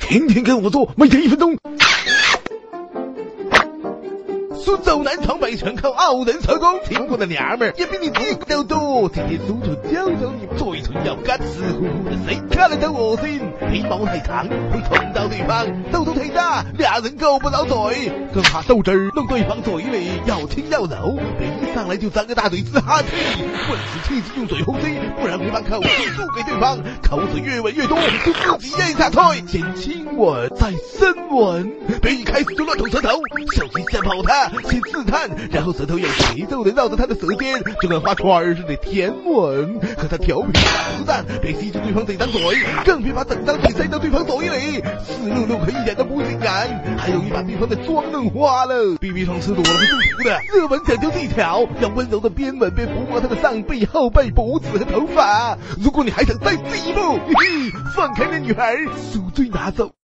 天天跟我做，每天1分钟。苏州南闯北全靠傲人成功，听过的娘们儿也比你地都多。天天苏州教教你，嘴唇要干湿乎乎的，谁看了都恶心。皮毛太长会捅到对方，痘痘太大俩人够不着嘴，更怕豆汁儿弄对方嘴里，要轻要柔，别一上来就张个大嘴呲哈气。问时切记用嘴呼吸，不然别把口水吐给对方，口水越吻越多就自己咽下去。先亲吻再深吻，别一开始就乱吐舌头，手机吓跑他。先试探，然后舌头有节奏的绕着他的舌尖，就跟画圈似的舔吻，和他调皮打实战，别吸住对方整张嘴，更别把整张嘴塞到对方嘴里，湿漉漉可一点都不性感，还容易把对方的妆弄花了。BB 霜吃多了会中毒的，热吻讲究技巧，要温柔的边吻边抚摸他的上背、后背、脖子和头发。如果你还想再进一步，嘿嘿，放开那女孩，赎罪拿走。